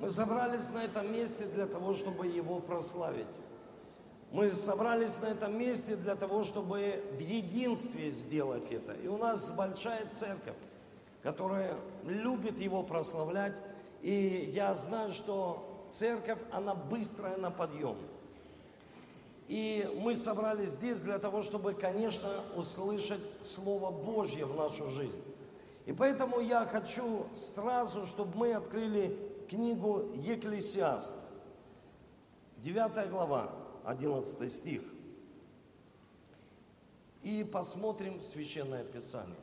Мы собрались на этом месте для того, чтобы Его прославить. Мы собрались на этом месте для того, чтобы в единстве сделать это. И у нас большая церковь, которая любит Его прославлять. И я знаю, что церковь, она быстрая на подъем. И мы собрались здесь для того, чтобы, конечно, услышать Слово Божье в нашу жизнь. И поэтому я хочу сразу, чтобы мы открыли книгу Екклесиаст, 9 глава, 11 стих. И посмотрим Священное Писание.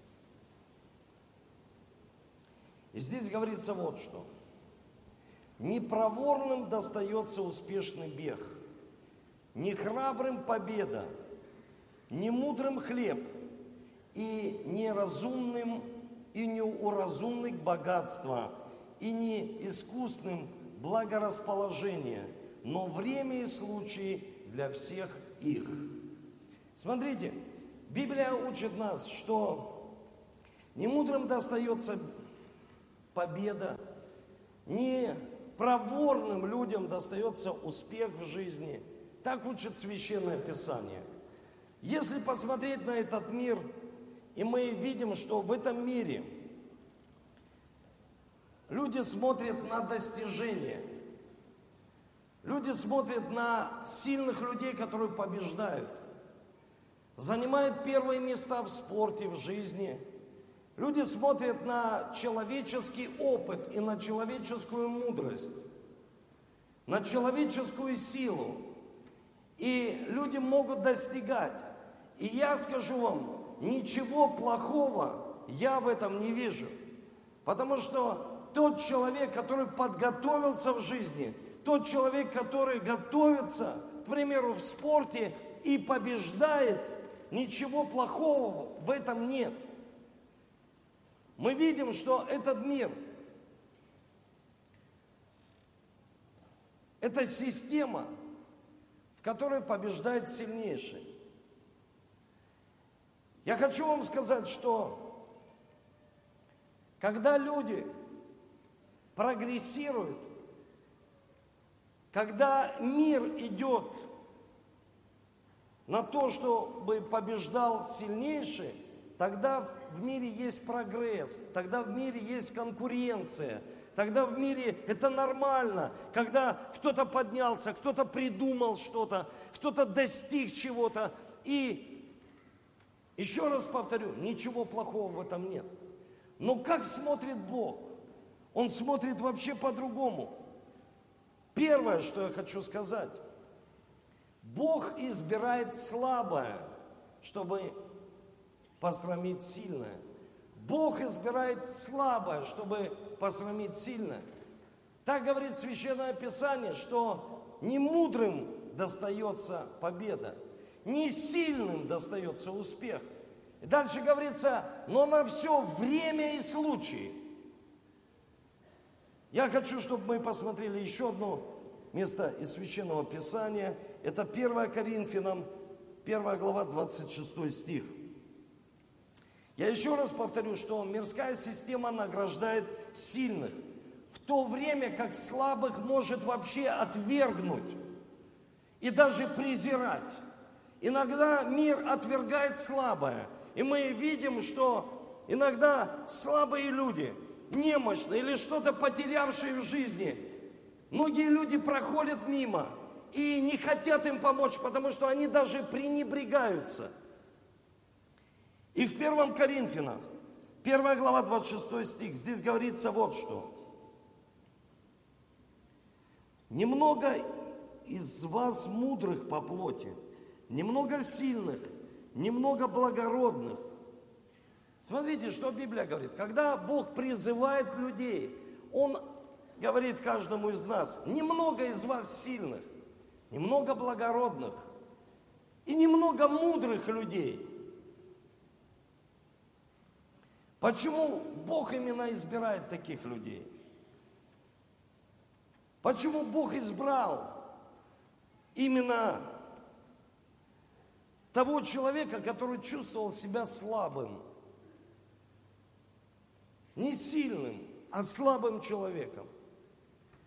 И здесь говорится вот что. «Не проворным достается успешный бег, не храбрым победа, не мудрым хлеб, и неразумным, и неуразумных богатства, и не искусным благорасположение, но время и случай для всех их». Смотрите, Библия учит нас, что не мудрым достается победа, не проворным людям достается успех в жизни. Так учит Священное Писание. Если посмотреть на этот мир, и мы видим, что в этом мире люди смотрят на достижения. Люди смотрят на сильных людей, которые побеждают. Занимают первые места в спорте, в жизни. Люди смотрят на человеческий опыт и на человеческую мудрость, на человеческую силу. И люди могут достигать. И я скажу вам, ничего плохого я в этом не вижу. Потому что тот человек, который подготовился в жизни, тот человек, который готовится, к примеру, в спорте и побеждает, ничего плохого в этом нет. Мы видим, что этот мир, это система, в которой побеждает сильнейший. Я хочу вам сказать, что когда люди прогрессируют, когда мир идет на то, чтобы побеждал сильнейший, тогда в мире есть прогресс, тогда в мире есть конкуренция, тогда в мире это нормально, когда кто-то поднялся, кто-то придумал что-то, кто-то достиг чего-то. И еще раз повторю, ничего плохого в этом нет. Но как смотрит Бог? Он смотрит вообще по-другому. Первое, что я хочу сказать. Бог избирает слабое, чтобы посрамить сильное. Бог избирает слабое, чтобы посрамить сильное. Так говорит Священное Писание, что не мудрым достается победа, не сильным достается успех. И дальше говорится, но на все время и случай. Я хочу, чтобы мы посмотрели еще одно место из Священного Писания. Это 1 Коринфянам, 1 глава, 26 стих. Я еще раз повторю, что мирская система награждает сильных, в то время как слабых может вообще отвергнуть и даже презирать. Иногда мир отвергает слабое, и мы видим, что иногда слабые люди, немощные или что-то потерявшие в жизни, многие люди проходят мимо и не хотят им помочь, потому что они даже пренебрегаются. И в 1 Коринфянам, 1 глава, 26 стих, здесь говорится вот что. «Немного из вас мудрых по плоти, немного сильных, немного благородных». Смотрите, что Библия говорит. Когда Бог призывает людей, Он говорит каждому из нас, немного из вас сильных, немного благородных и немного мудрых людей. Почему Бог именно избирает таких людей? Почему Бог избрал именно того человека, который чувствовал себя слабым? Не сильным, а слабым человеком.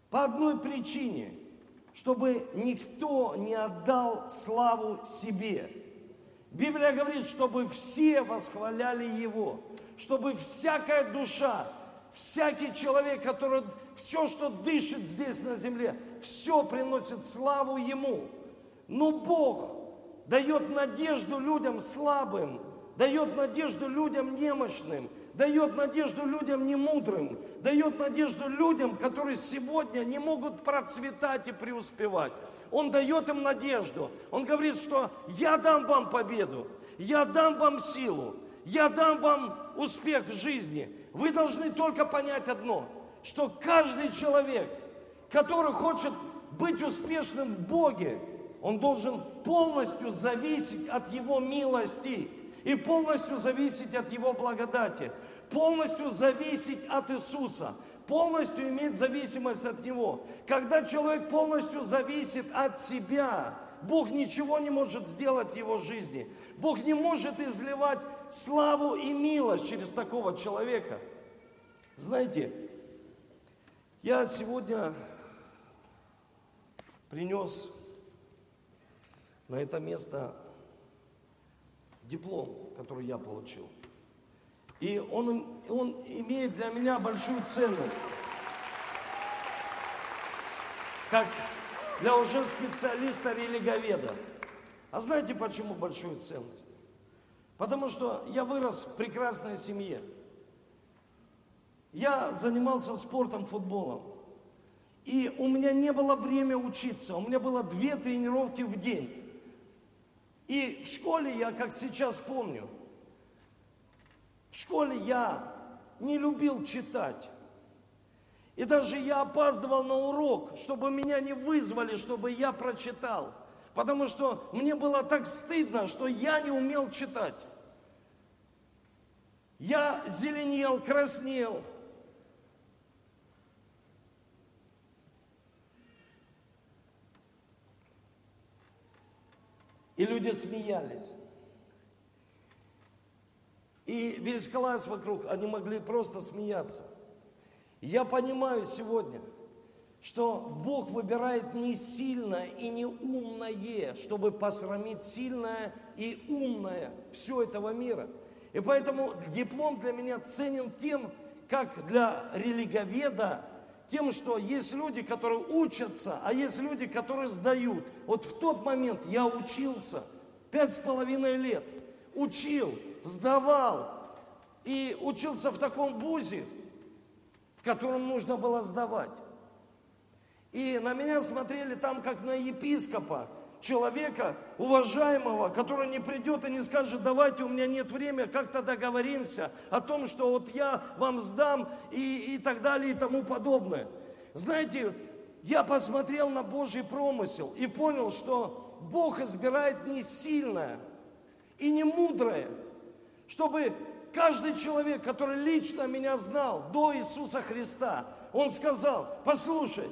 По одной причине, чтобы никто не отдал славу себе. Библия говорит, чтобы все восхваляли Его, чтобы всякая душа, всякий человек, который все, что дышит здесь на земле, все приносит славу Ему. Но Бог дает надежду людям слабым, дает надежду людям немощным, дает надежду людям немудрым, дает надежду людям, которые сегодня не могут процветать и преуспевать. Он дает им надежду. Он говорит, что я дам вам победу, я дам вам силу, я дам вам успех в жизни. Вы должны только понять одно, что каждый человек, который хочет быть успешным в Боге, он должен полностью зависеть от Его милости и полностью зависеть от Его благодати, полностью зависеть от Иисуса, полностью иметь зависимость от Него. Когда человек полностью зависит от себя, Бог ничего не может сделать в его жизни. Бог не может изливать славу и милость через такого человека. Знаете, я сегодня принес на это место диплом, который я получил. И он имеет для меня большую ценность. Как для уже специалиста-религоведа. А знаете, почему большую ценность? Потому что я вырос в прекрасной семье. Я занимался спортом, футболом. И у меня не было времени учиться. У меня было 2 тренировки в день. И в школе я, как сейчас помню, в школе я не любил читать. И даже я опаздывал на урок, чтобы меня не вызвали, чтобы я прочитал. Потому что мне было так стыдно, что я не умел читать. Я зеленел, краснел. И люди смеялись. И весь класс вокруг, они могли просто смеяться. Я понимаю сегодня, что Бог выбирает не сильное и не умное, чтобы посрамить сильное и умное все этого мира. И поэтому диплом для меня ценен тем, как для религоведа, тем, что есть люди, которые учатся, а есть люди, которые сдают. Вот в тот момент я учился 5,5 лет, учил, сдавал и учился в таком вузе, в котором нужно было сдавать. И на меня смотрели там как на епископа, человека уважаемого, который не придет и не скажет: давайте, у меня нет времени, как-то договоримся о том, что вот я вам сдам и так далее и тому подобное. Знаете, я посмотрел на Божий промысел и понял, что Бог избирает не сильное и не мудрое, чтобы каждый человек, который лично меня знал до Иисуса Христа, он сказал: послушай,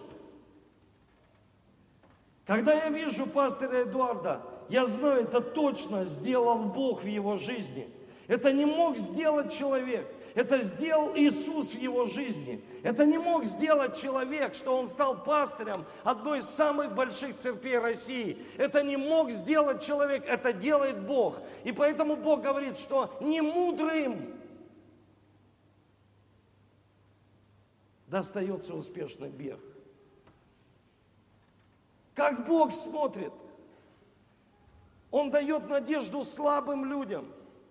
когда я вижу пастыря Эдуарда, я знаю, это точно сделал Бог в его жизни. Это не мог сделать человек, это сделал Иисус в его жизни. Это не мог сделать человек, что он стал пастырем одной из самых больших церквей России. Это не мог сделать человек, это делает Бог. И поэтому Бог говорит, что не мудрым достается успешный бег. Как Бог смотрит, Он дает надежду слабым людям.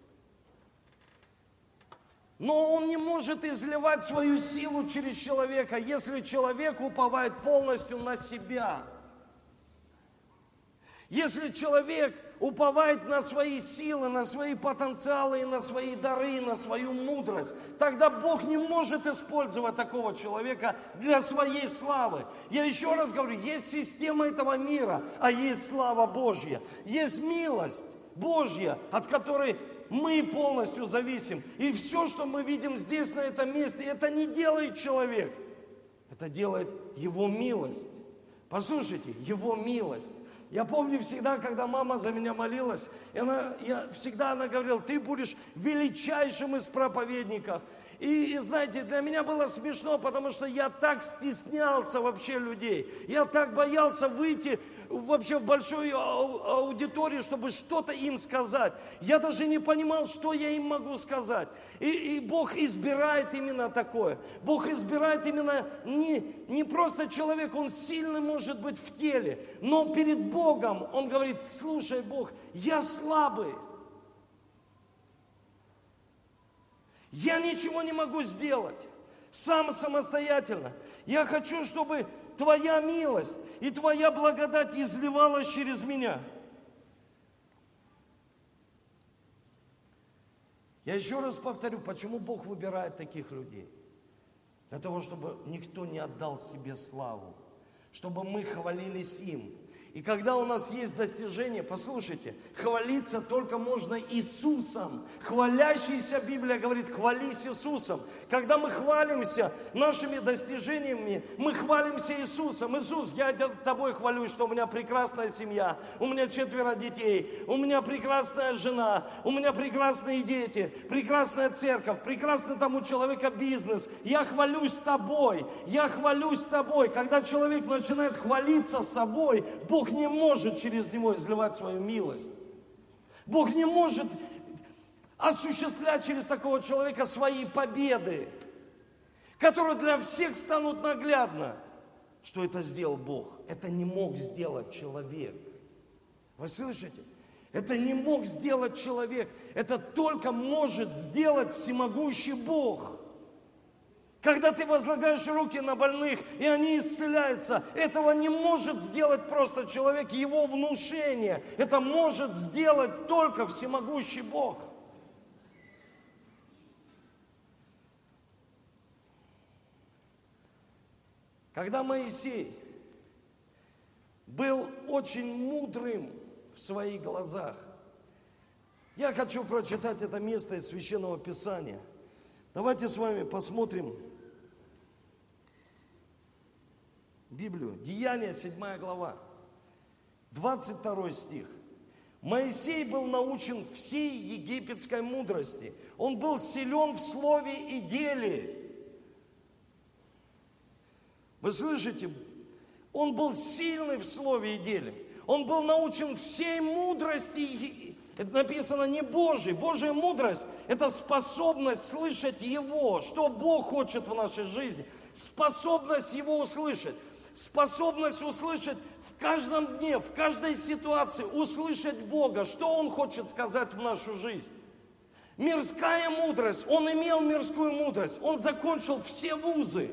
Но Он не может изливать свою силу через человека, если человек уповает полностью на себя. Если человек уповает на свои силы, на свои потенциалы, и на свои дары, на свою мудрость, тогда Бог не может использовать такого человека для своей славы. Я еще раз говорю, есть система этого мира, а есть слава Божья. Есть милость Божья, от которой мы полностью зависим. И все, что мы видим здесь, на этом месте, это не делает человек. Это делает Его милость. Послушайте, Его милость. Я помню всегда, когда мама за меня молилась, она говорила, ты будешь величайшим из проповедников. И знаете, для меня было смешно, потому что я так стеснялся вообще людей. Я так боялся выйти вообще в большую аудиторию, чтобы что-то им сказать. Я даже не понимал, что я им могу сказать. И Бог избирает именно такое. Бог избирает именно не просто человек, он сильный может быть в теле, но перед Богом он говорит, слушай, Бог, я слабый. Я ничего не могу сделать сам самостоятельно. Я хочу, чтобы Твоя милость и Твоя благодать изливалась через меня. Я еще раз повторю, почему Бог выбирает таких людей? Для того, чтобы никто не отдал себе славу, чтобы мы хвалились им. И когда у нас есть достижения, послушайте, хвалиться только можно Иисусом. Хвалящийся, Библия говорит, хвались Иисусом. Когда мы хвалимся нашими достижениями, мы хвалимся Иисусом. Иисус, я Тобой хвалюсь, что у меня прекрасная семья, у меня 4 детей, у меня прекрасная жена, у меня прекрасные дети, прекрасная церковь, прекрасный там у человека бизнес. Я хвалюсь Тобой, я хвалюсь Тобой. Когда человек начинает хвалиться собой, Бог не может через него изливать свою милость. Бог не может осуществлять через такого человека свои победы, которые для всех станут наглядно. Что это сделал Бог? Это не мог сделать человек. Вы слышите? Это не мог сделать человек. Это только может сделать всемогущий Бог. Когда ты возлагаешь руки на больных, и они исцеляются, этого не может сделать просто человек, его внушение. Это может сделать только всемогущий Бог. Когда Моисей был очень мудрым в своих глазах, я хочу прочитать это место из Священного Писания. Давайте с вами посмотрим Библию. Деяния, 7 глава, 22 стих. Моисей был научен всей египетской мудрости. Он был силен в слове и деле. Вы слышите? Он был сильный в слове и деле. Он был научен всей мудрости. Это написано не Божьей. Божья мудрость – это способность слышать Его, что Бог хочет в нашей жизни. Способность Его услышать. Способность услышать в каждом дне, в каждой ситуации, услышать Бога, что Он хочет сказать в нашу жизнь. Мирская мудрость, он имел мирскую мудрость, он закончил все вузы.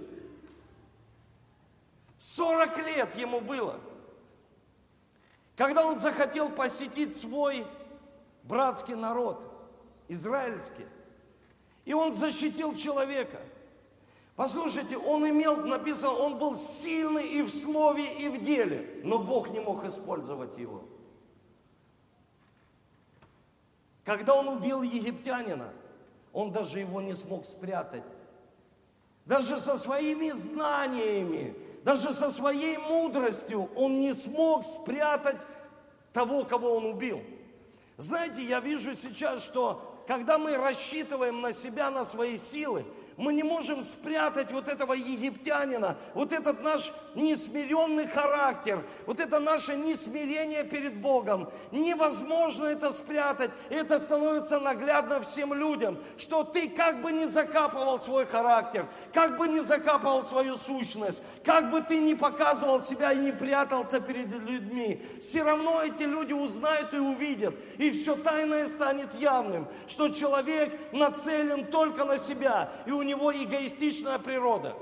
40 лет ему было. Когда он захотел посетить свой братский народ, израильский, и он защитил человека. Послушайте, он имел, написано, он был сильный и в слове, и в деле, но Бог не мог использовать его. Когда он убил египтянина, он даже его не смог спрятать. Даже со своими знаниями, даже со своей мудростью он не смог спрятать того, кого он убил. Знаете, я вижу сейчас, что когда мы рассчитываем на себя, на свои силы, мы не можем спрятать вот этого египтянина, вот этот наш несмиренный характер, вот это наше несмирение перед Богом. Невозможно это спрятать. Это становится наглядно всем людям, что ты как бы не закапывал свой характер, как бы не закапывал свою сущность, как бы ты не показывал себя и не прятался перед людьми. Все равно эти люди узнают и увидят, и все тайное станет явным, что человек нацелен только на себя, и у него эгоистичная природа.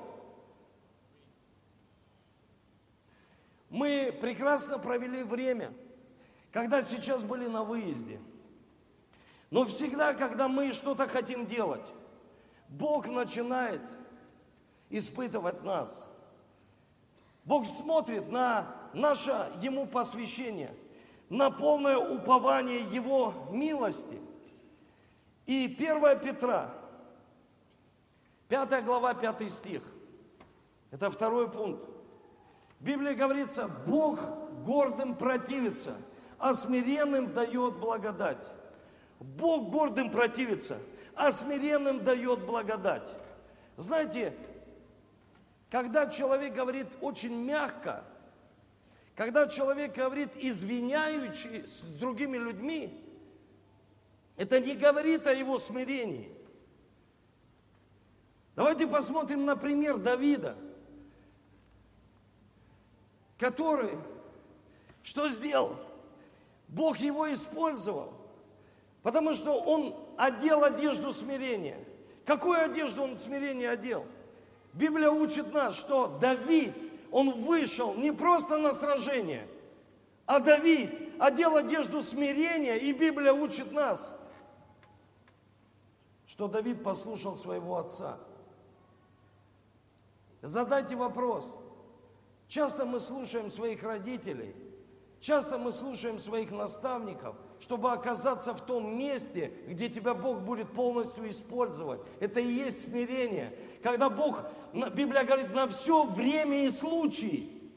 Мы прекрасно провели время, когда сейчас были на выезде. Но всегда, когда мы что-то хотим делать, Бог начинает испытывать нас. Бог смотрит на наше Ему посвящение, на полное упование Его милости. И 1 Петра, 5 глава, 5 стих. Это второй пункт. В Библии говорится, Бог гордым противится, а смиренным дает благодать. Бог гордым противится, а смиренным дает благодать. Знаете, когда человек говорит очень мягко, когда человек говорит извиняючи с другими людьми, это не говорит о его смирении. Давайте посмотрим на пример Давида, который, что сделал? Бог его использовал, потому что он одел одежду смирения. Какую одежду он смирения одел? Библия учит нас, что Давид, он вышел не просто на сражение, а Давид одел одежду смирения, и Библия учит нас, что Давид послушал своего отца. Задайте вопрос. Часто мы слушаем своих родителей, часто мы слушаем своих наставников, чтобы оказаться в том месте, где тебя Бог будет полностью использовать. Это и есть смирение. Когда Бог, Библия говорит, на все время и случай.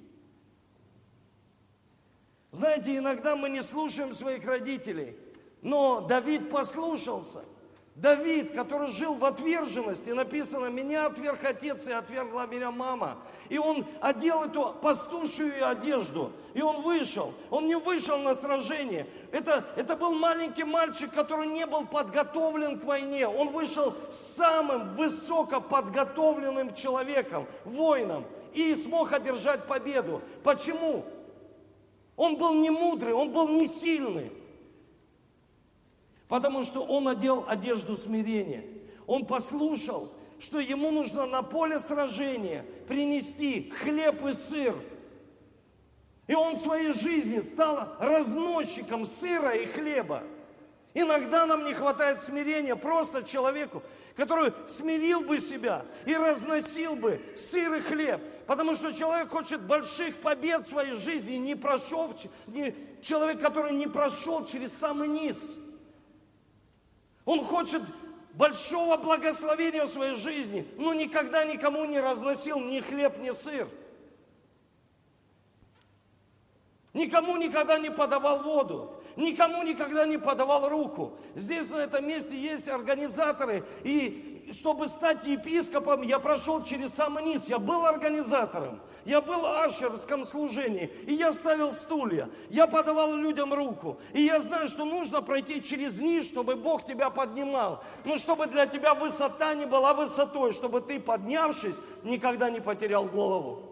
Знаете, иногда мы не слушаем своих родителей, но Давид послушался. Давид, который жил в отверженности, написано, меня отверг отец и отвергла меня мама. И он одел эту пастушью одежду, и он вышел. Он не вышел на сражение. Это был маленький мальчик, который не был подготовлен к войне. Он вышел самым высокоподготовленным человеком, воином, и смог одержать победу. Почему? Он был не мудрый, он был не сильный. Потому что он одел одежду смирения. Он послушал, что ему нужно на поле сражения принести хлеб и сыр. И он в своей жизни стал разносчиком сыра и хлеба. Иногда нам не хватает смирения просто человеку, который смирил бы себя и разносил бы сыр и хлеб. Потому что человек хочет больших побед в своей жизни, человек, который не прошел через самый низ. Он хочет большого благословения в своей жизни, но никогда никому не разносил ни хлеб, ни сыр. Никому никогда не подавал воду, никому никогда не подавал руку. Здесь, на этом месте, есть организаторы, и чтобы стать епископом, я прошел через самый низ. Я был организатором, я был в ашерском служении, и я ставил стулья, я подавал людям руку. И я знаю, что нужно пройти через низ, чтобы Бог тебя поднимал. Но чтобы для тебя высота не была высотой, чтобы ты, поднявшись, никогда не потерял голову.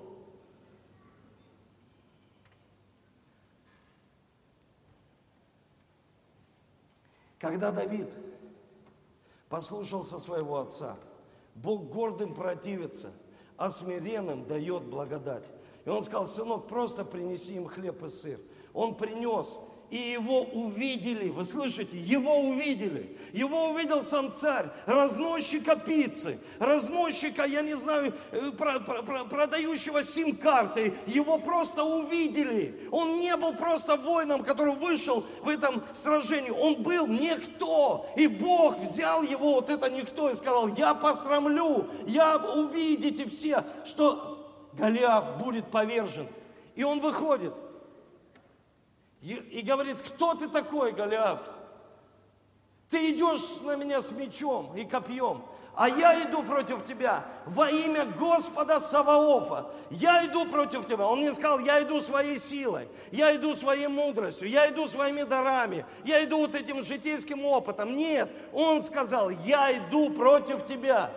Когда Давид послушался своего отца, Бог гордым противится, а смиренным дает благодать. И он сказал: сынок, просто принеси им хлеб и сыр. Он принес, и его увидели, вы слышите, его увидели. Его увидел сам царь, разносчика пиццы, разносчика, я не знаю, продающего сим-карты. Его просто увидели. Он не был просто воином, который вышел в этом сражении. Он был никто. И Бог взял его, вот это никто, и сказал: я посрамлю, увидите все, что Голиаф будет повержен. И он выходит. И говорит: кто ты такой, Голиаф? Ты идешь на меня с мечом и копьем, а я иду против тебя во имя Господа Саваофа. Я иду против тебя. Он не сказал: я иду своей силой, я иду своей мудростью, я иду своими дарами, я иду вот этим житейским опытом. Нет, он сказал: я иду против тебя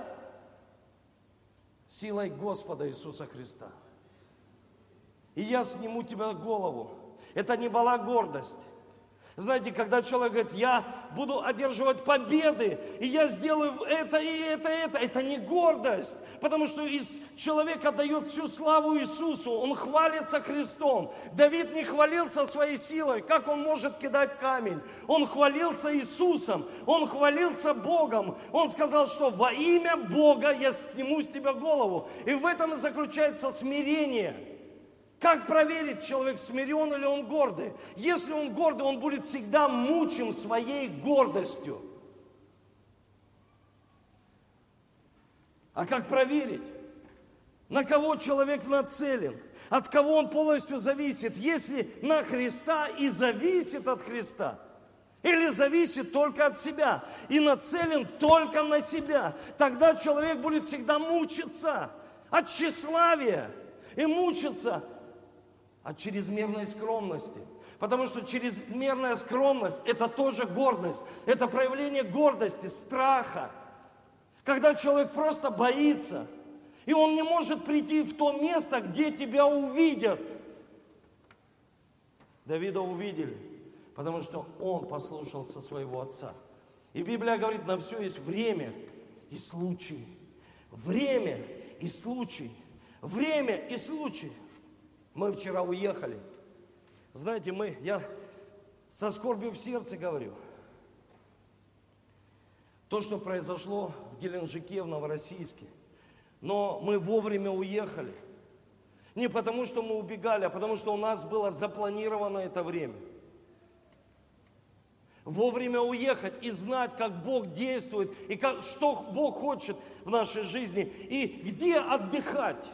силой Господа Иисуса Христа. И я сниму тебя голову. Это не была гордость. Знаете, когда человек говорит: я буду одерживать победы, и я сделаю это, и это не гордость. Потому что из человека дает всю славу Иисусу, он хвалится Христом. Давид не хвалился своей силой, как он может кидать камень. Он хвалился Иисусом, он хвалился Богом. Он сказал, что во имя Бога я сниму с тебя голову. И в этом и заключается смирение. Как проверить, человек смирен или он гордый? Если он гордый, он будет всегда мучим своей гордостью. А как проверить? На кого человек нацелен? От кого он полностью зависит? Если на Христа и зависит от Христа, или зависит только от себя и нацелен только на себя, тогда человек будет всегда мучиться от тщеславия и мучиться от чрезмерной скромности. Потому что чрезмерная скромность – это тоже гордость. Это проявление гордости, страха. Когда человек просто боится, и он не может прийти в то место, где тебя увидят. Давида увидели, потому что он послушался своего отца. И Библия говорит, на все есть время и случай. Время и случай. Время и случай. Мы вчера уехали. Знаете, я со скорбью в сердце говорю. То, что произошло в Геленджике, в Новороссийске. Но мы вовремя уехали. Не потому, что мы убегали, а потому, что у нас было запланировано это время. Вовремя уехать и знать, как Бог действует, и что Бог хочет в нашей жизни, и где отдыхать.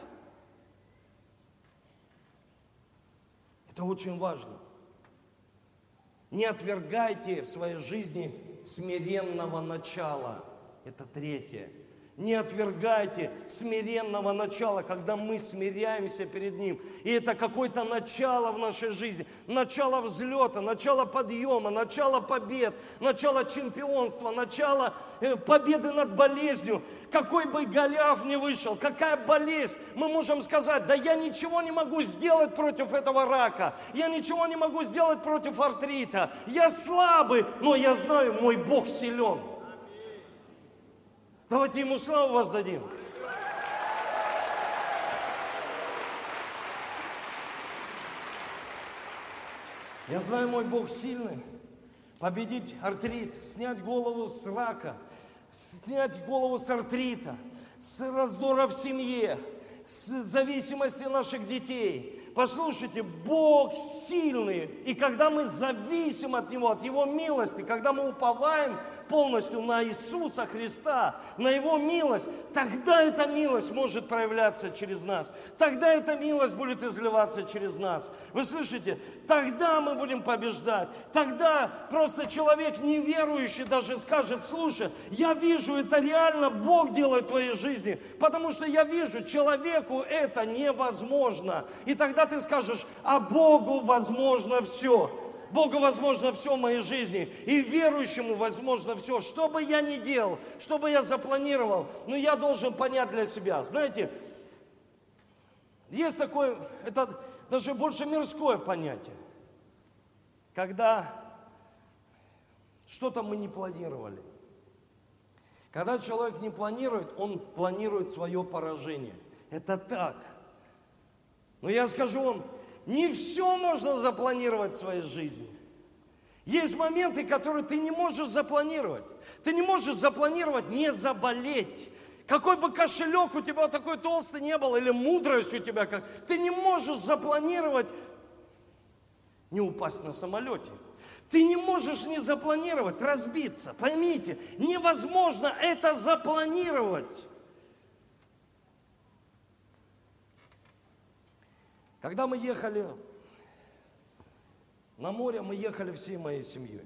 Это очень важно. Не отвергайте в своей жизни смиренного начала. Это третье. Не отвергайте смиренного начала, когда мы смиряемся перед Ним. И это какое-то начало в нашей жизни. Начало взлета, начало подъема, начало побед, начало чемпионства, начало победы над болезнью. Какой бы Голиаф ни вышел, какая болезнь, мы можем сказать, да я ничего не могу сделать против этого рака. Я ничего не могу сделать против артрита. Я слабый, но я знаю, мой Бог силен. Давайте Ему славу воздадим. Я знаю, мой Бог сильный. Победить артрит, снять голову с рака, снять голову с артрита, с раздора в семье, с зависимости наших детей. Послушайте, Бог сильный. И когда мы зависим от Него, от Его милости, когда мы уповаем полностью на Иисуса Христа, на Его милость, тогда эта милость может проявляться через нас. Тогда эта милость будет изливаться через нас. Вы слышите? Тогда мы будем побеждать. Тогда просто человек неверующий даже скажет, слушай, я вижу, это реально Бог делает в твоей жизни, потому что я вижу, человеку это невозможно. И тогда ты скажешь, а Богу возможно все. Богу возможно все в моей жизни, и верующему возможно все. Что бы я ни делал, что бы я запланировал, но я должен понять для себя. Знаете, есть такое, это даже больше мирское понятие, когда что-то мы не планировали. Когда человек не планирует, он планирует свое поражение. Это так. Но я скажу вам, не все можно запланировать в своей жизни. Есть моменты, которые ты не можешь запланировать. Ты не можешь запланировать не заболеть. Какой бы кошелек у тебя такой толстый не был, или мудрость у тебя, ты не можешь запланировать не упасть на самолете. Ты не можешь не запланировать разбиться. Поймите, невозможно это запланировать. Когда мы ехали на море, мы ехали всей моей семьей.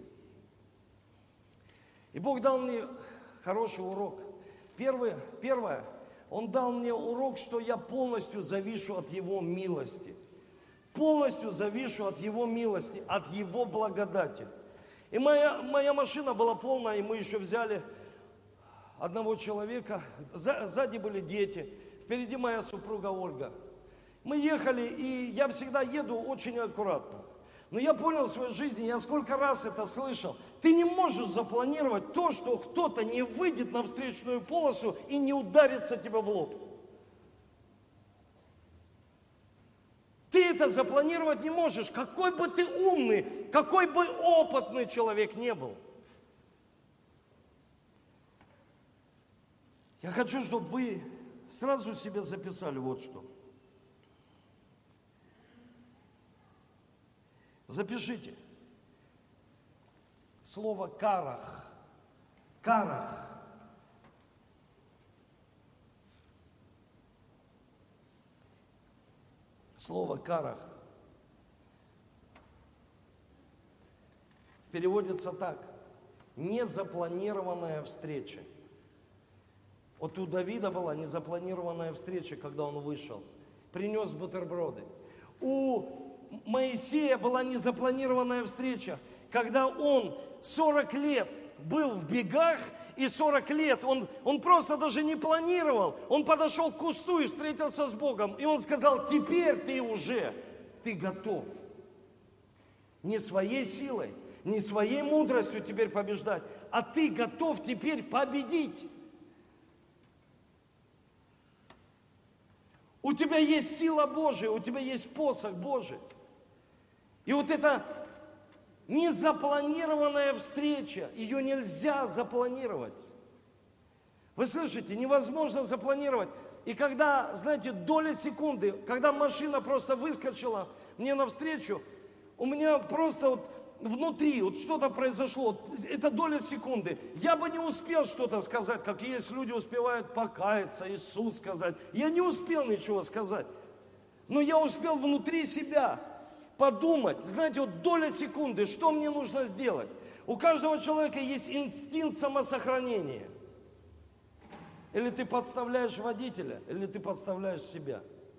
И Бог дал мне хороший урок. Первое, Он дал мне урок, что я полностью завишу от Его милости. Полностью завишу от Его милости, от Его благодати. И моя машина была полная, и мы еще взяли одного человека. Сзади были дети, впереди моя супруга Ольга. Мы ехали, и я всегда еду очень аккуратно. Но я понял в своей жизни, я сколько раз это слышал. Ты не можешь запланировать то, что кто-то не выйдет на встречную полосу и не ударится тебе в лоб. Ты это запланировать не можешь, какой бы ты умный, какой бы опытный человек не был. Я хочу, чтобы вы сразу себе записали вот что. Запишите. Слово карах. Карах. Слово «карах» переводится так: незапланированная встреча. Вот у Давида была незапланированная встреча, когда он вышел, принес бутерброды. У Моисея была незапланированная встреча, когда он 40 лет был в бегах, и 40 лет он просто даже не планировал. Он подошел к кусту и встретился с Богом, и он сказал: теперь ты готов. Не своей силой, не своей мудростью теперь побеждать, а ты готов теперь победить. У тебя есть сила Божия, у тебя есть посох Божий. И вот эта незапланированная встреча, ее нельзя запланировать. Вы слышите, невозможно запланировать. И когда, знаете, доля секунды, когда машина просто выскочила мне навстречу, у меня просто вот внутри вот что-то произошло, это доля секунды. Я бы не успел что-то сказать, как есть люди успевают покаяться, Иисус сказать. Я не успел ничего сказать. Но я успел внутри себя подумать, знаете, вот доля секунды, что мне нужно сделать. У каждого человека есть инстинкт самосохранения. Или ты подставляешь водителя, или ты подставляешь себя.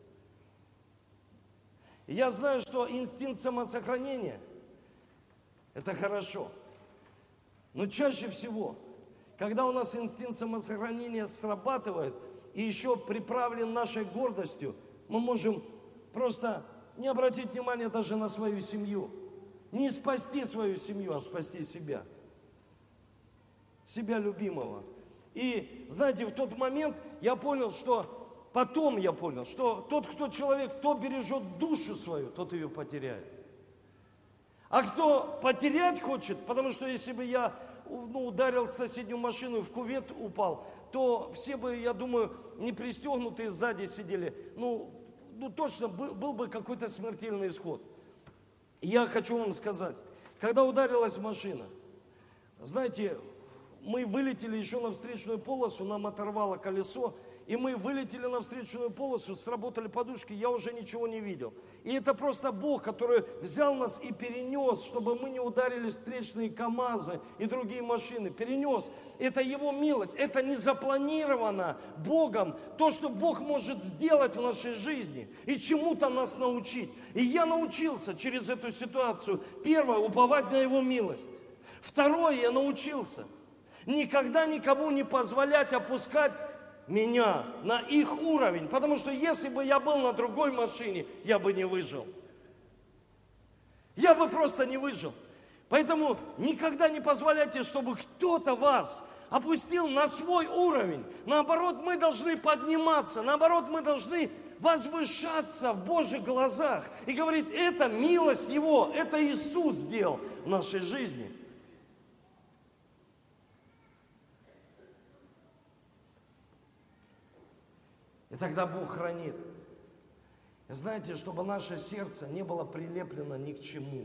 И я знаю, что инстинкт самосохранения – это хорошо. Но чаще всего, когда у нас инстинкт самосохранения срабатывает и еще приправлен нашей гордостью, мы можем просто не обратить внимания даже на свою семью. Не спасти свою семью, а спасти себя. Себя любимого. И, знаете, в тот момент потом я понял, что тот, кто бережет душу свою, тот ее потеряет. А кто потерять хочет, потому что если бы я ударил в соседнюю машину и в кювет упал, то все бы, я думаю, не пристегнутые сзади сидели. Точно был бы какой-то смертельный исход. Я хочу вам сказать, когда ударилась машина, знаете, мы вылетели еще на встречную полосу, нам оторвало колесо, и мы вылетели на встречную полосу, сработали подушки, я уже ничего не видел. И это просто Бог, который взял нас и перенес, чтобы мы не ударили встречные КАМАЗы и другие машины. Перенес. Это Его милость, это не запланировано Богом, то, что Бог может сделать в нашей жизни и чему-то нас научить. И я научился через эту ситуацию, первое, уповать на Его милость. Второе, я научился никогда никому не позволять опускать меня на их уровень, потому что если бы я был на другой машине, я бы не выжил. Я бы просто не выжил. Поэтому никогда не позволяйте, чтобы кто-то вас опустил на свой уровень. Наоборот, мы должны подниматься, наоборот, мы должны возвышаться в Божьих глазах и говорить: это милость Его, это Иисус сделал в нашей жизни. И тогда Бог хранит. И знаете, чтобы наше сердце не было прилеплено ни к чему.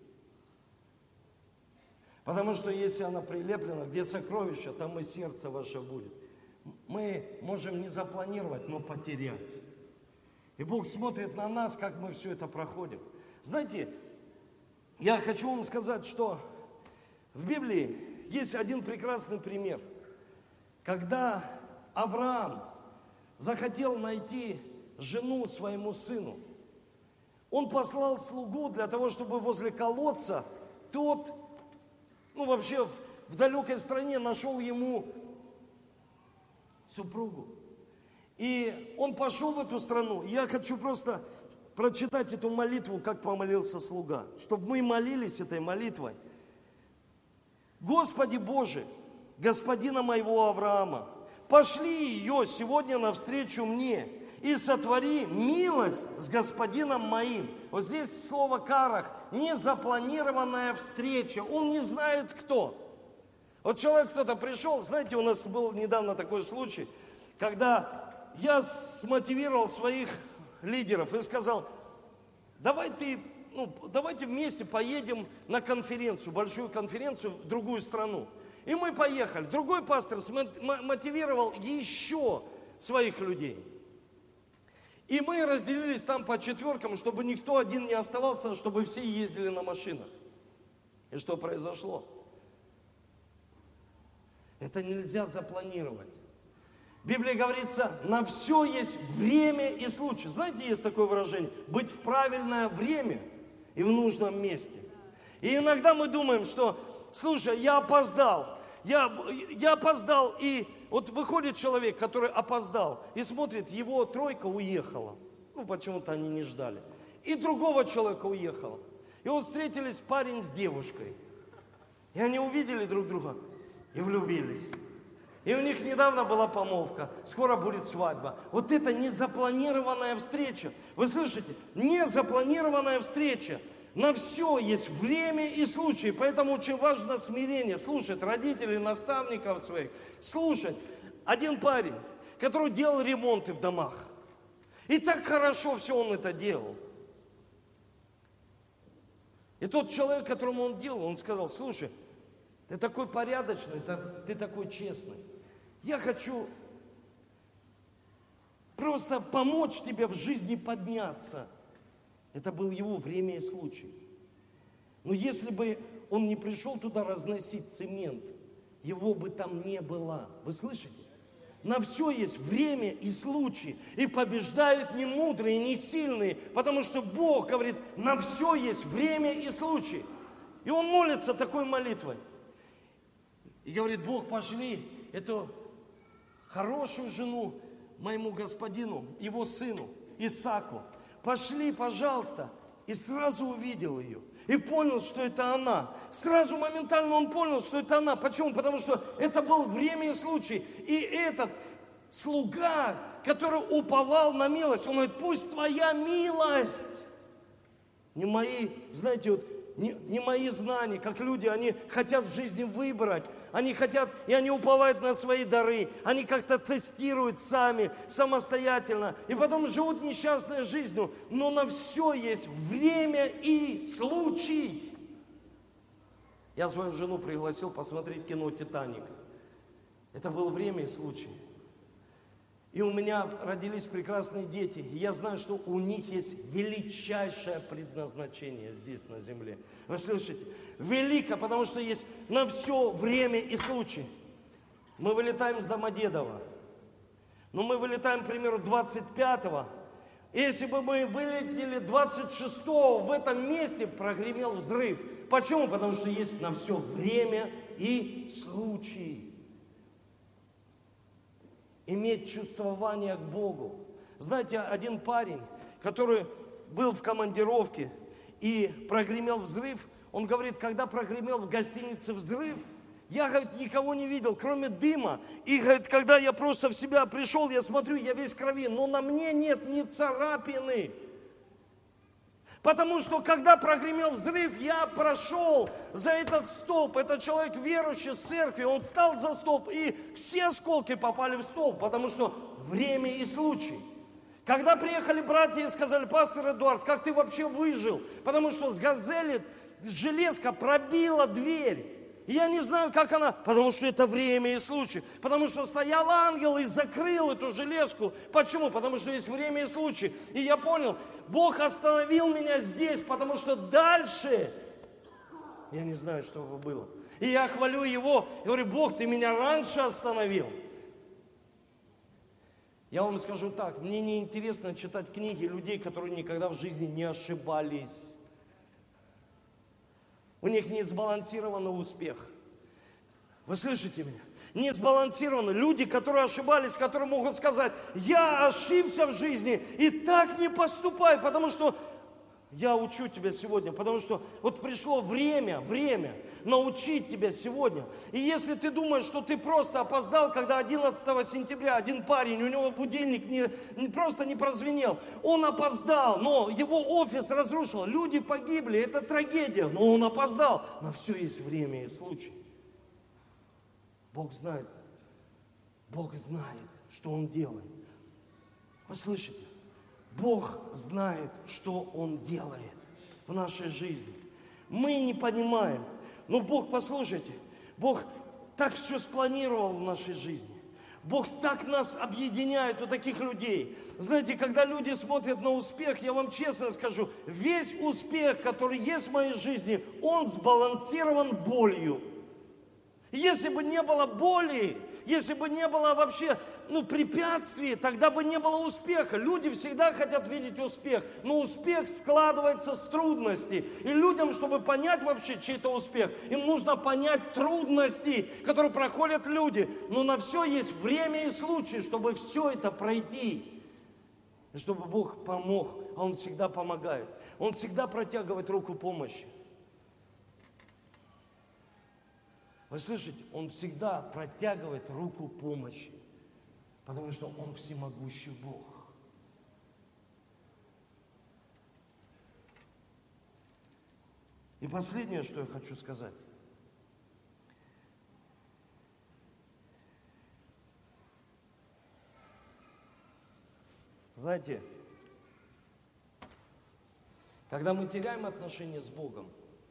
Потому что если оно прилеплено, где сокровище, там и сердце ваше будет. Мы можем не запланировать, но потерять. И Бог смотрит на нас, как мы все это проходим. Знаете, я хочу вам сказать, что в Библии есть один прекрасный пример. Когда Авраам захотел найти жену своему сыну, он послал слугу для того, чтобы возле колодца тот, вообще в далекой стране нашел ему супругу. И он пошел в эту страну. Я хочу просто прочитать эту молитву, как помолился слуга, чтобы мы молились этой молитвой. Господи Боже, господина моего Авраама, пошли ее сегодня навстречу мне и сотвори милость с господином моим. Вот здесь слово «карах» – незапланированная встреча. Он не знает, кто. Вот человек кто-то пришел, знаете, у нас был недавно такой случай, когда я смотивировал своих лидеров и сказал: давайте вместе поедем на конференцию, большую конференцию в другую страну. И мы поехали. Другой пастор мотивировал еще своих людей. И мы разделились там по четверкам, чтобы никто один не оставался, чтобы все ездили на машинах. И что произошло? Это нельзя запланировать. В Библии говорится, на все есть время и случай. Знаете, есть такое выражение, быть в правильное время и в нужном месте. И иногда мы думаем, что, слушай, я опоздал, я опоздал, и вот выходит человек, который опоздал, и смотрит, его тройка уехала. Ну, почему-то они не ждали. И другого человека уехала. И вот встретились парень с девушкой. И они увидели друг друга и влюбились. И у них недавно была помолвка, скоро будет свадьба. Вот это незапланированная встреча. Вы слышите? Незапланированная встреча. На все есть время и случай. Поэтому очень важно смирение. Слушать родителей, наставников своих. Слушать. Один парень, который делал ремонты в домах. И так хорошо все он это делал. И тот человек, которому он делал, он сказал, слушай, ты такой порядочный, ты такой честный. Я хочу просто помочь тебе в жизни подняться. Это было его время и случай. Но если бы он не пришел туда разносить цемент, его бы там не было. Вы слышите? На все есть время и случай. И побеждают не мудрые, не сильные. Потому что Бог говорит, на все есть время и случай. И он молится такой молитвой. И говорит, Бог, пошли эту хорошую жену моему господину, его сыну, Исааку. Пошли, пожалуйста. И сразу увидел ее. И понял, что это она. Сразу моментально он понял, что это она. Почему? Потому что это был время и случай. И этот слуга, который уповал на милость, он говорит, пусть твоя милость. Не мои, знаете, вот, не мои знания, как люди, они хотят в жизни выбрать. Они хотят, и они уповают на свои дары. Они как-то тестируют сами, самостоятельно. И потом живут несчастной жизнью. Но на все есть время и случай. Я свою жену пригласил посмотреть кино «Титаник». Это было время и случай. И у меня родились прекрасные дети. И я знаю, что у них есть величайшее предназначение здесь, на земле. Вы слышите? Велико, потому что есть на все время и случай. Мы вылетаем с Домодедово. Но мы вылетаем, к примеру, 25-го. Если бы мы вылетели 26-го, в этом месте прогремел взрыв. Почему? Потому что есть на все время и случай. Иметь чувствование к Богу. Знаете, один парень, который был в командировке и прогремел взрыв, он говорит, когда прогремел в гостинице взрыв, я, говорит, никого не видел, кроме дыма. И, говорит, когда я просто в себя пришел, я смотрю, я весь в крови, но на мне нет ни царапины. Потому что, когда прогремел взрыв, я прошел за этот столб. Этот человек верующий с церкви, он встал за столб, и все осколки попали в столб, потому что время и случай. Когда приехали братья и сказали, пастор Эдуард, как ты вообще выжил? Потому что с «Газели» железка пробила дверь. И я не знаю, как она, потому что это время и случай. Потому что стоял ангел и закрыл эту железку. Почему? Потому что есть время и случай. И я понял, Бог остановил меня здесь, потому что дальше, я не знаю, что бы было. И я хвалю Его, и говорю, Бог, Ты меня раньше остановил. Я вам скажу так, мне не интересно читать книги людей, которые никогда в жизни не ошибались. У них не сбалансированный успех. Вы слышите меня? Не сбалансированы. Люди, которые ошибались, которые могут сказать, я ошибся в жизни и так не поступай, потому что я учу тебя сегодня, потому что вот пришло время научить тебя сегодня. И если ты думаешь, что ты просто опоздал, когда 11 сентября один парень, у него будильник просто не прозвенел, он опоздал, но его офис разрушил, люди погибли, это трагедия, но он опоздал. На все есть время и случай. Бог знает, что Он делает. Вы слышите? Бог знает, что Он делает в нашей жизни. Мы не понимаем. Но Бог, послушайте, Бог так все спланировал в нашей жизни. Бог так нас объединяет, у таких людей. Знаете, когда люди смотрят на успех, я вам честно скажу, весь успех, который есть в моей жизни, он сбалансирован болью. Если бы не было боли, если бы не было вообще препятствий, тогда бы не было успеха. Люди всегда хотят видеть успех, но успех складывается с трудностей. И людям, чтобы понять вообще чей-то успех, им нужно понять трудности, которые проходят люди. Но на все есть время и случай, чтобы все это пройти. И чтобы Бог помог, а Он всегда помогает. Он всегда протягивает руку помощи. Вы слышите? Он всегда протягивает руку помощи, потому что Он всемогущий Бог. И последнее, что я хочу сказать. Знаете, когда мы теряем отношения с Богом,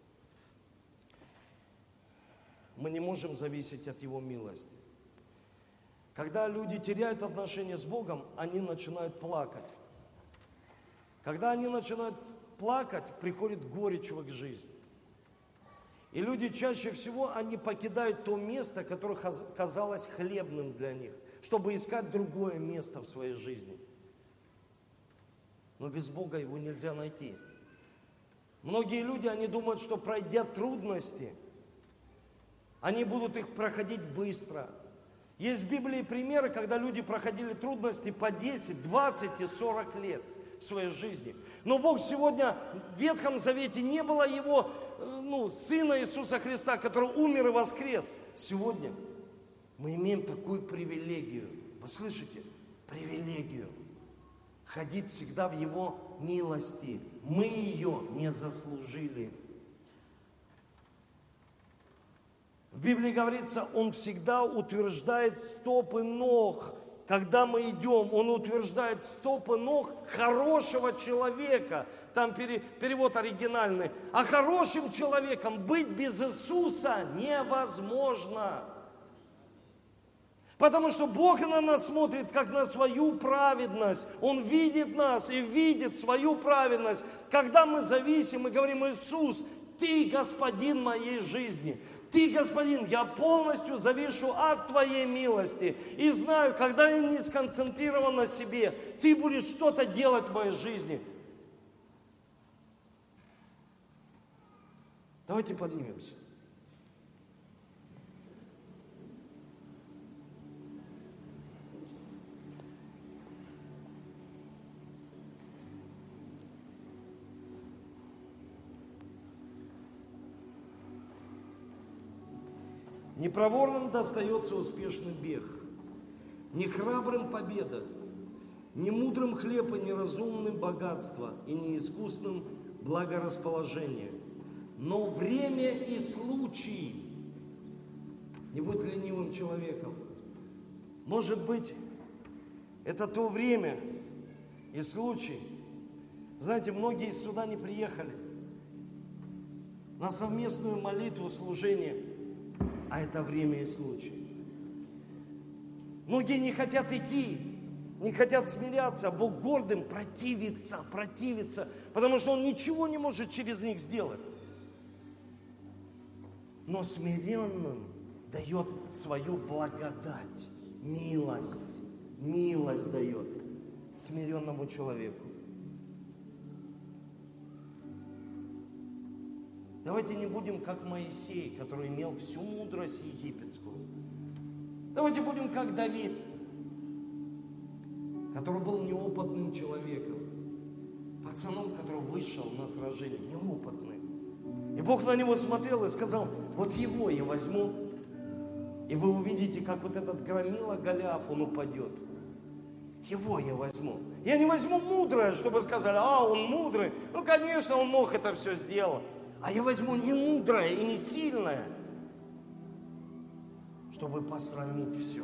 мы не можем зависеть от Его милости. Когда люди теряют отношения с Богом, они начинают плакать. Когда они начинают плакать, приходит горечь в их жизнь. И люди чаще всего, они покидают то место, которое казалось хлебным для них, чтобы искать другое место в своей жизни. Но без Бога его нельзя найти. Многие люди, они думают, что пройдя трудности, они будут их проходить быстро. Есть в Библии примеры, когда люди проходили трудности по 10, 20 и 40 лет в своей жизни. Но Бог сегодня, в Ветхом Завете не было Его, Сына Иисуса Христа, который умер и воскрес. Сегодня мы имеем такую привилегию. Вы слышите? Привилегию. Ходить всегда в Его милости. Мы ее не заслужили. В Библии говорится, Он всегда утверждает стопы ног. Когда мы идем, Он утверждает стопы ног хорошего человека. Там перевод оригинальный. А хорошим человеком быть без Иисуса невозможно. Потому что Бог на нас смотрит, как на свою праведность. Он видит нас и видит свою праведность. Когда мы зависим и говорим: Иисус, Ты Господин моей жизни. Ты, Господин, я полностью завишу от Твоей милости. И знаю, когда я не сконцентрирован на себе, Ты будешь что-то делать в моей жизни. Давайте поднимемся. Не проворным достается успешный бег, не храбрым победа, не мудрым хлеб и неразумным богатство, и не искусным благорасположение. Но время и случай, не будь ленивым человеком. Может быть, это то время и случай. Знаете, многие сюда не приехали на совместную молитву, служение. А это время и случай. Многие не хотят идти, не хотят смиряться, а Бог гордым противится, потому что Он ничего не может через них сделать. Но смиренным дает свою благодать, милость дает смиренному человеку. Давайте не будем как Моисей, который имел всю мудрость египетскую. Давайте будем как Давид, который был неопытным человеком, пацаном, который вышел на сражение, неопытным. И Бог на него смотрел и сказал: вот его я возьму, и вы увидите, как вот этот громила Голиаф, он упадет. Его я возьму. Я не возьму мудрое, чтобы сказали: он мудрый. Ну, конечно, он мог это все сделать. А я возьму не мудрое и не сильное, чтобы посрамить все.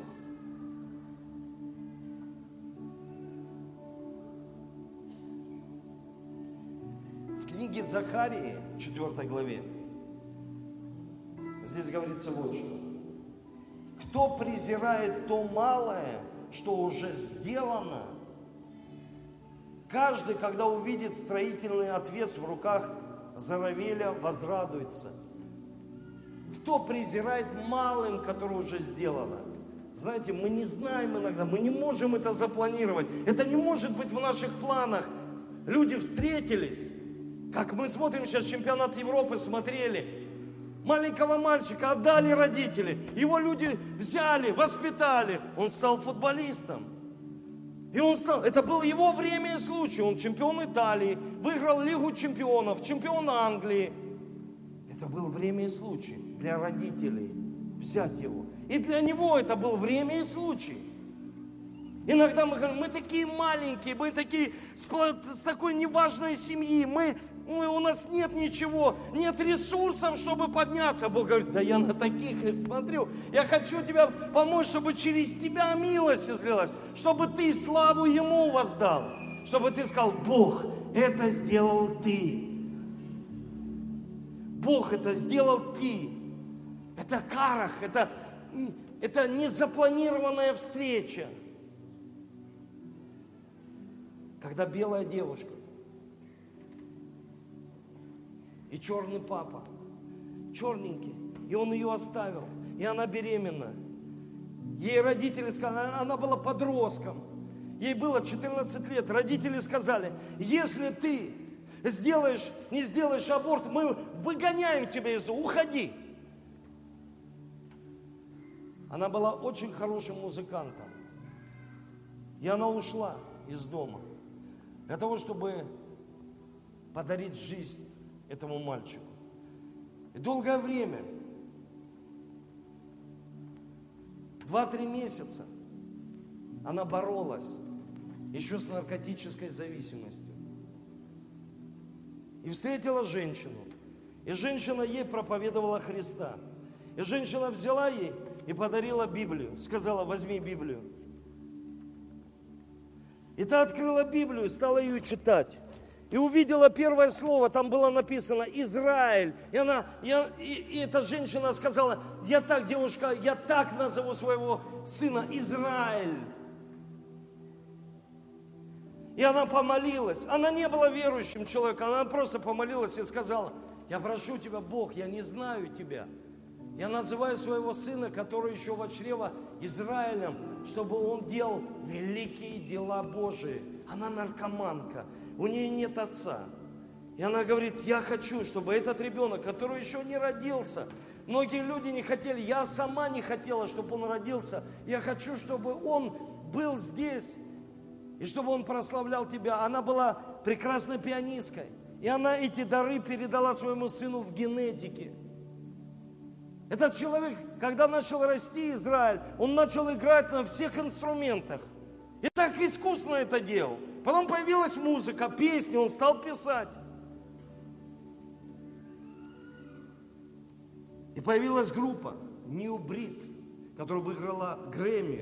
В книге Захарии, 4 главе, здесь говорится вот что. Кто презирает то малое, что уже сделано, каждый, когда увидит строительный отвес в руках Зоровеля, возрадуется. Кто презирает малым, которое уже сделано? Знаете, мы не знаем иногда, мы не можем это запланировать. Это не может быть в наших планах. Люди встретились, как мы смотрим сейчас чемпионат Европы, смотрели. Маленького мальчика отдали родители. Его люди взяли, воспитали. Он стал футболистом. И он стал, это было его время и случай. Он чемпион Италии, выиграл Лигу чемпионов, чемпион Англии. Это было время и случай для родителей взять его. И для него это было время и случай. Иногда мы говорим, мы такие маленькие, мы такие с такой неважной семьи, у нас нет ничего, нет ресурсов, чтобы подняться. Бог говорит, да я на таких и смотрю. Я хочу тебя помочь, чтобы через тебя милость излилась, чтобы ты славу Ему воздал, чтобы ты сказал, Бог, это сделал ты. Бог, это сделал ты. Это карах, это незапланированная встреча. Когда белая девушка и черный папа, черненький, и он ее оставил, и она беременна. Ей родители сказали, она была подростком, ей было 14 лет, родители сказали, если ты не сделаешь аборт, мы выгоняем тебя из дома, уходи. Она была очень хорошим музыкантом, и она ушла из дома для того, чтобы подарить жизнь этому мальчику. И долгое время, 2-3 месяца, она боролась еще с наркотической зависимостью. И встретила женщину. И женщина ей проповедовала Христа. И женщина взяла ей и подарила Библию. Сказала, возьми Библию. И та открыла Библию, стала ее читать. И увидела первое слово, там было написано «Израиль». И эта женщина сказала, девушка, я так назову своего сына Израиль. И она помолилась. Она не была верующим человеком, она просто помолилась и сказала, я прошу тебя, Бог, я не знаю тебя. Я называю своего сына, который еще во чрево, Израилем, чтобы он делал великие дела Божии. Она наркоманка, у нее нет отца. И она говорит, я хочу, чтобы этот ребенок, который еще не родился, многие люди не хотели, я сама не хотела, чтобы он родился. Я хочу, чтобы он был здесь, и чтобы он прославлял тебя. Она была прекрасной пианисткой. И она эти дары передала своему сыну в генетике. Этот человек, когда начал расти, Израиль, он начал играть на всех инструментах. И так искусно это делал. Потом появилась музыка, песни, он стал писать. И появилась группа New Breed, которая выиграла Грэмми.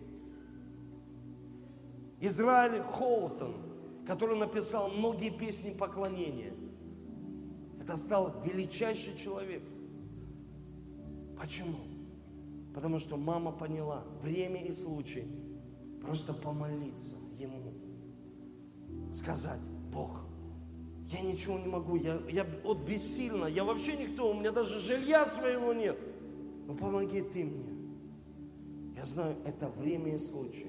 Израиль Хоутон, который написал многие песни поклонения. Это стал величайший человек. Почему? Потому что мама поняла, время и случай просто помолиться Ему. Сказать, Бог, я ничего не могу, я бессильна, я вообще никто, у меня даже жилья своего нет. Но помоги Ты мне. Я знаю, это время и случай.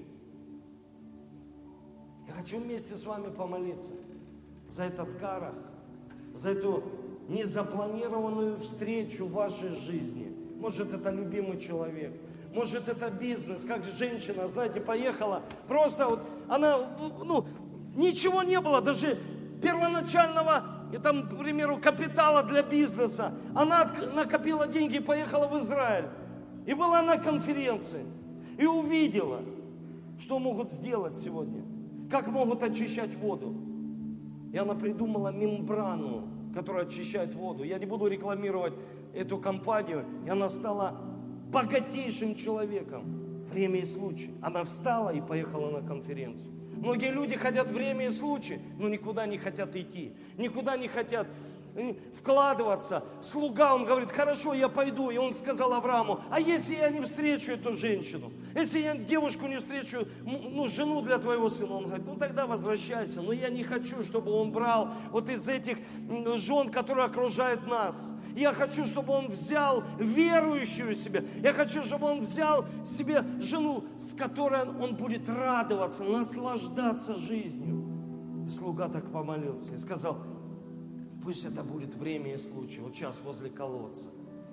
Я хочу вместе с вами помолиться за этот карах, за эту незапланированную встречу в вашей жизни. Может, это любимый человек, может, это бизнес, как женщина, знаете, поехала, просто вот она, ничего не было, даже первоначального, там, к примеру, капитала для бизнеса. Она накопила деньги и поехала в Израиль. И была на конференции, и увидела, что могут сделать сегодня, как могут очищать воду. И она придумала мембрану, которая очищает воду. Я не буду рекламировать эту компанию. И она стала богатейшим человеком. Время и случай. Она встала и поехала на конференцию. Многие люди хотят время и случай, но никуда не хотят идти. Никуда не хотят вкладываться. Слуга, он говорит, хорошо, я пойду. И он сказал Аврааму, а если я не встречу эту женщину? Если я девушку не встречу, жену для твоего сына? Он говорит, тогда возвращайся. Но я не хочу, чтобы он брал вот из этих жен, которые окружают нас. Я хочу, чтобы он взял верующую себе. Я хочу, чтобы он взял себе жену, с которой он будет радоваться, наслаждаться жизнью. И слуга так помолился и сказал, пусть это будет время и случай. Вот сейчас возле колодца.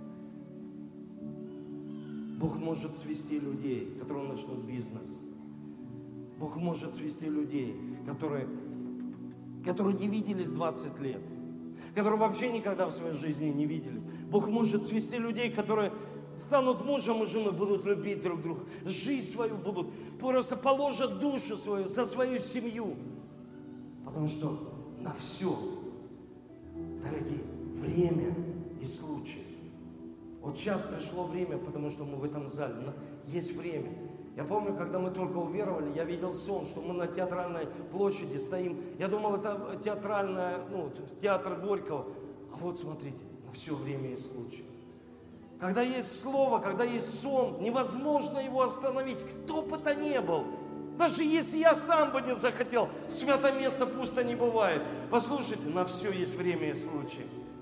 Бог может свести людей, которые начнут бизнес. Бог может свести людей, которые не виделись 20 лет. Которые вообще никогда в своей жизни не видели. Бог может свести людей, которые станут мужем и женой, будут любить друг друга. Жизнь свою будут, просто положат душу свою за свою семью. Потому что на все, дорогие, время и случай. Вот сейчас пришло время, потому что мы в этом зале. Есть время. Я помню, когда мы только уверовали, я видел сон, что мы на Театральной площади стоим. Я думал, это театр Горького. А вот смотрите, на все время и случай. Когда есть слово, когда есть сон, невозможно его остановить. Кто бы то ни был. Даже если я сам бы не захотел, святое место пусто не бывает. Послушайте, на все есть время и случай.